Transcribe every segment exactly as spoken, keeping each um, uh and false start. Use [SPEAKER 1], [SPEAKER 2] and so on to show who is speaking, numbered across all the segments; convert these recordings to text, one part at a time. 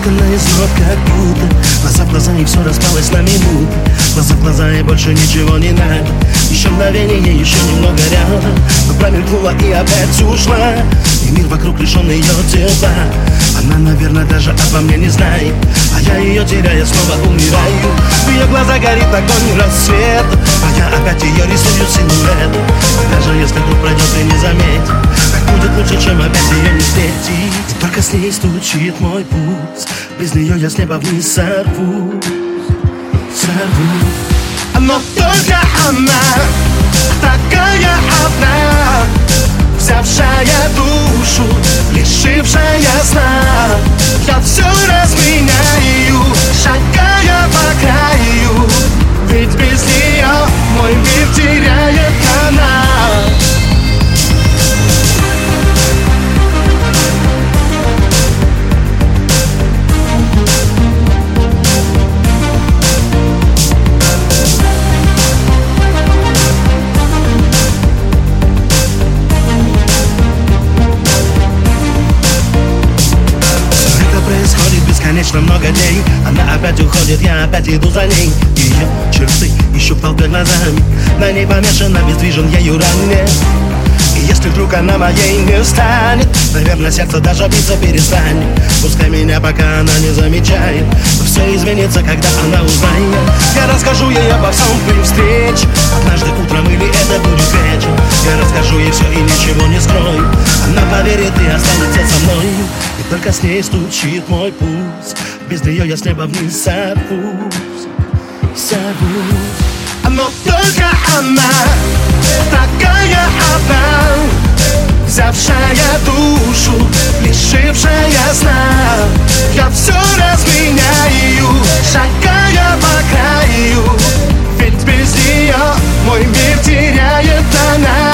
[SPEAKER 1] Только наизнок, как будто глаза в глаза, и все распалось на минуту. Глаза в глаза, и больше ничего не надо. Еще мгновение, еще немного рядом, но промелькнула и опять ушла. И мир вокруг лишен ее тепла. Она, наверное, даже обо мне не знает, а я ее теряя снова умираю. В ее глазах горит огонь рассвет, а я опять ее рисую силуэт. И даже если вдруг пройдет и не заметит, так будет лучше, чем опять ее не встретить. И только с ней стучит мой пульс, без нее я с неба вниз сорвусь, сорвусь. Но только она, такая одна, взявшая душу, лишившая сна. Я все разменяю, шагая по краю, ведь без нее мой мир теряет она. Конечно, много дней, она опять уходит, я опять иду за ней. Ее черты ищу в толпе глазами, на ней помешан, обездвижен ею ранее. И если вдруг она моей не станет, наверное, сердце даже биться перестанет. Пускай меня пока она не замечает, но все изменится, когда она узнает. Я расскажу ей обо всем при встрече, однажды утром или это будет вечер. Я расскажу ей все и ничего не скрою, она поверит и останется со мной. И только с ней стучит мой пульс, без нее я с неба вниз сорвусь, сорвусь. Но только она, такая одна, взявшая душу, лишившая сна. Я все разменяю, шагая по краю, ведь без нее мой мир теряет она.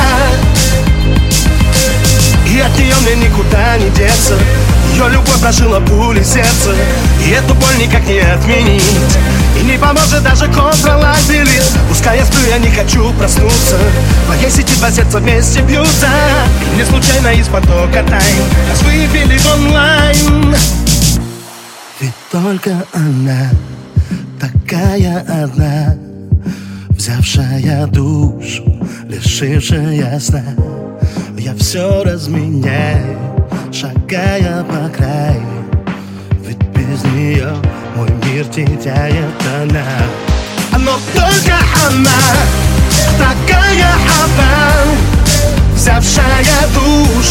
[SPEAKER 1] И от нее мне никуда не деться, ее любовь прошила пули сердца, и эту боль никак не отменить. И не поможет даже контролазелит. Пускай я сплю, я не хочу проснуться, в твоей сети два сердца вместе бьются. И не случайно из потока тайн нас вывели в онлайн. Ведь только она, такая одна, взявшая душу, лишившая сна. Я все разменяю, шагая по краю, ведь без нее мой мир теряет она. Но только она, такая одна, взявшая душу,